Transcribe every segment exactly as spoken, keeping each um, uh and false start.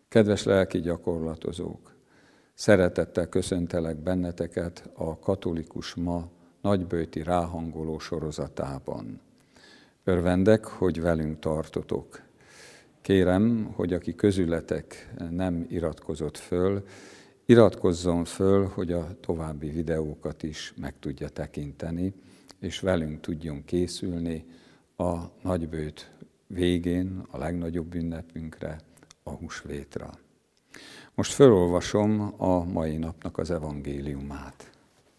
Kedves lelki gyakorlatozók! Szeretettel köszöntelek benneteket a Katolikus Ma nagyböjti ráhangoló sorozatában. Örvendek, hogy velünk tartotok. Kérem, hogy aki közületek nem iratkozott föl, iratkozzon föl, hogy a további videókat is meg tudja tekinteni, és velünk tudjon készülni a nagyböjt végén, a legnagyobb ünnepünkre, a húsvétra. Most felolvasom a mai napnak az evangéliumát.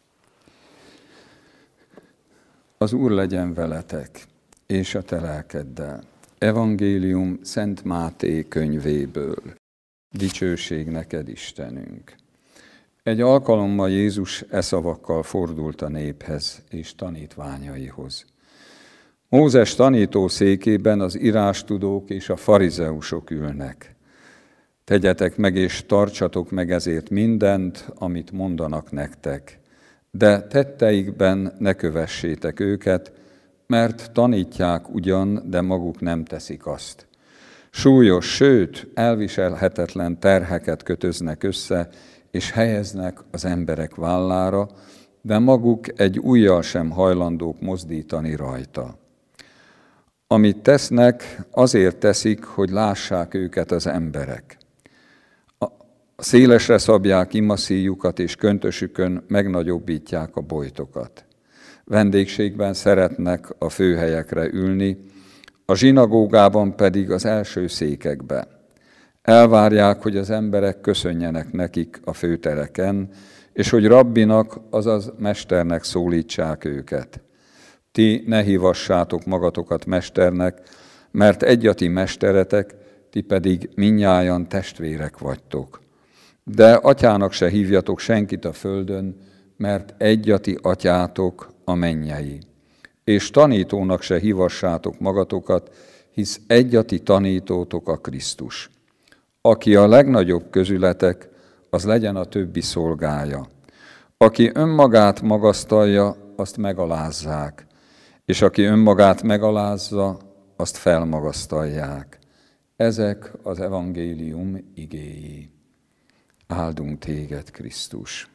Az Úr legyen veletek, és a te lelkeddel. Evangélium Szent Máté könyvéből. Dicsőség neked, Istenünk! Egy alkalommal Jézus e szavakkal fordult a néphez és tanítványaihoz. Mózes tanító székében az írástudók és a farizeusok ülnek. Tegyetek meg és tartsatok meg ezért mindent, amit mondanak nektek, de tetteikben ne kövessétek őket, mert tanítják ugyan, de maguk nem teszik azt. Súlyos, sőt, elviselhetetlen terheket kötöznek össze, és helyeznek az emberek vállára, de maguk egy ujjal sem hajlandók mozdítani rajta. Amit tesznek, azért teszik, hogy lássák őket az emberek. Szélesre szabják imaszíjukat, és köntösükön megnagyobbítják a bojtokat. Vendégségben szeretnek a főhelyekre ülni, a zsinagógában pedig az első székekbe. Elvárják, hogy az emberek köszönjenek nekik a főtereken, és hogy rabbinak, azaz mesternek szólítsák őket. Ti ne hívassátok magatokat mesternek, mert egy a ti mesteretek, ti pedig mindnyájan testvérek vagytok. De atyának se hívjatok senkit a földön, mert egy a ti atyátok, a mennyei. És tanítónak se hívassátok magatokat, hisz egy a ti tanítótok, a Krisztus. Aki a legnagyobb közületek, az legyen a többi szolgája. Aki önmagát magasztalja, azt megalázzák, és aki önmagát megalázza, azt felmagasztalják. Ezek az evangélium igéi. Áldunk téged, Krisztus!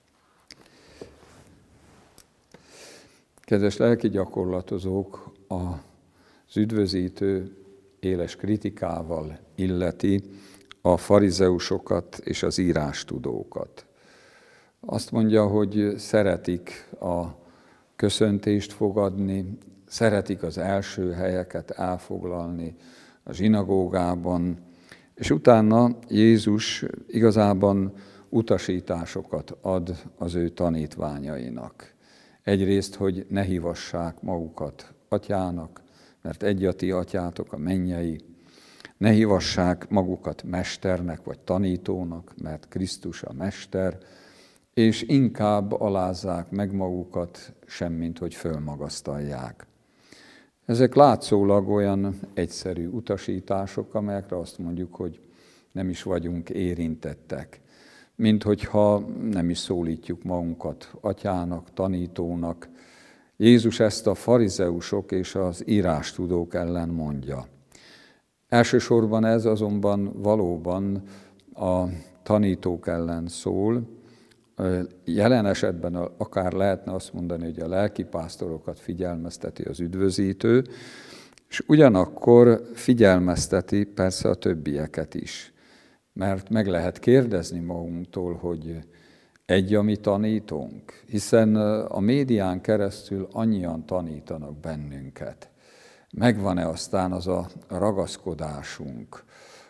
Kedves lelki gyakorlatozók, az üdvözítő éles kritikával illeti a farizeusokat és az írástudókat. Azt mondja, hogy szeretik a köszöntést fogadni, szeretik az első helyeket elfoglalni a zsinagógában, és utána Jézus igazában utasításokat ad az ő tanítványainak. Egyrészt, hogy ne hívassák magukat atyának, mert egy a ti atyátok, a mennyei. Ne hívassák magukat mesternek vagy tanítónak, mert Krisztus a mester, és inkább alázzák meg magukat, semmint hogy fölmagasztalják. Ezek látszólag olyan egyszerű utasítások, amelyekre azt mondjuk, hogy nem is vagyunk érintettek. Mint hogyha nem is szólítjuk magunkat atyának, tanítónak. Jézus ezt a farizeusok és az írástudók ellen mondja. Elsősorban ez azonban valóban a tanítók ellen szól. Jelen esetben akár lehetne azt mondani, hogy a lelkipásztorokat figyelmezteti az üdvözítő, és ugyanakkor figyelmezteti persze a többieket is. Mert meg lehet kérdezni magunktól, hogy egy a mi tanítónk, hiszen a médián keresztül annyian tanítanak bennünket. Megvan-e aztán az a ragaszkodásunk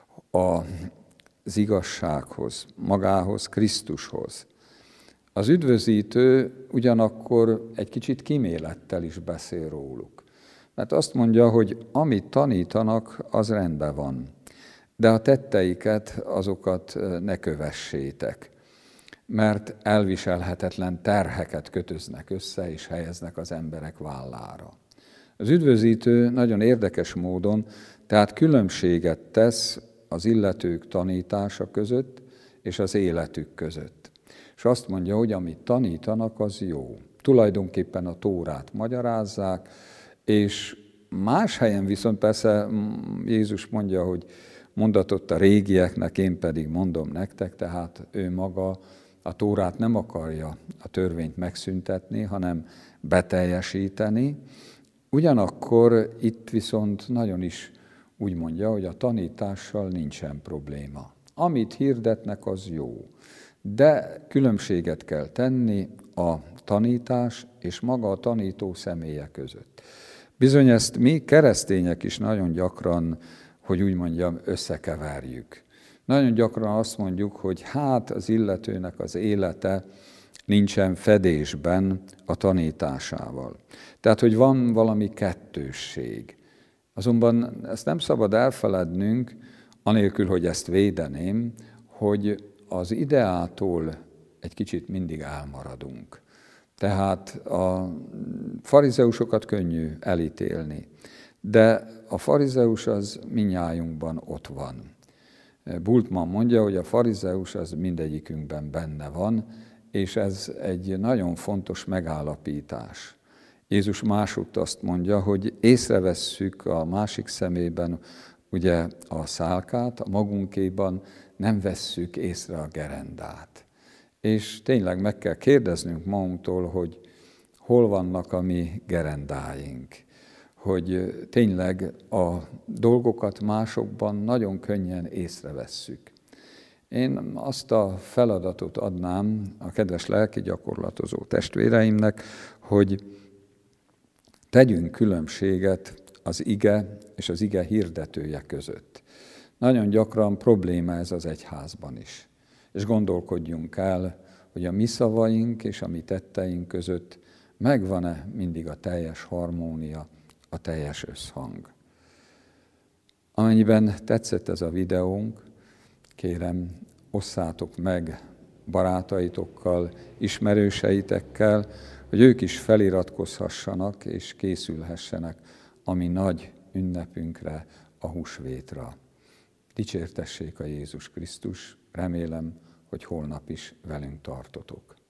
az igazsághoz, magához, Krisztushoz? Az üdvözítő ugyanakkor egy kicsit kímélettel is beszél róluk. Mert azt mondja, hogy amit tanítanak, az rendben van. De a tetteiket, azokat ne kövessétek, mert elviselhetetlen terheket kötöznek össze és helyeznek az emberek vállára. Az üdvözítő nagyon érdekes módon, tehát különbséget tesz az illetők tanítása között és az életük között. És azt mondja, hogy amit tanítanak, az jó. Tulajdonképpen a Tórát magyarázzák, és más helyen viszont persze Jézus mondja, hogy mondatot a régieknek, én pedig mondom nektek, tehát ő maga a Tórát nem akarja a törvényt megszüntetni, hanem beteljesíteni. Ugyanakkor itt viszont nagyon is úgy mondja, hogy a tanítással nincsen probléma. Amit hirdetnek, az jó, de különbséget kell tenni a tanítás és maga a tanító személye között. Bizony ezt mi keresztények is nagyon gyakran, hogy úgy mondjam, összekeverjük. Nagyon gyakran azt mondjuk, hogy hát az illetőnek az élete nincsen fedésben a tanításával. Tehát, hogy van valami kettősség. Azonban ezt nem szabad elfelednünk, anélkül, hogy ezt védeném, hogy az ideától egy kicsit mindig elmaradunk. Tehát a farizeusokat könnyű elítélni, de a farizeus az mindnyájunkban ott van. Bultmann mondja, hogy a farizeus az mindegyikünkben benne van, és ez egy nagyon fontos megállapítás. Jézus másutt azt mondja, hogy észrevesszük a másik szemében ugye a szálkát, a magunkéban nem vesszük észre a gerendát. És tényleg meg kell kérdeznünk magunktól, hogy hol vannak a mi gerendáink, hogy tényleg a dolgokat másokban nagyon könnyen észrevesszük. Én azt a feladatot adnám a kedves lelki gyakorlatozó testvéreimnek, hogy tegyünk különbséget az ige és az ige hirdetője között. Nagyon gyakran probléma ez az egyházban is. És gondolkodjunk el, hogy a mi szavaink és a mi tetteink között megvan-e mindig a teljes harmónia, a teljes összhang. Amennyiben tetszett ez a videónk, kérem, osszátok meg barátaitokkal, ismerőseitekkel, hogy ők is feliratkozhassanak és készülhessenek a mi nagy ünnepünkre, a húsvétra. Dicsértessék a Jézus Krisztus, remélem, hogy holnap is velünk tartotok.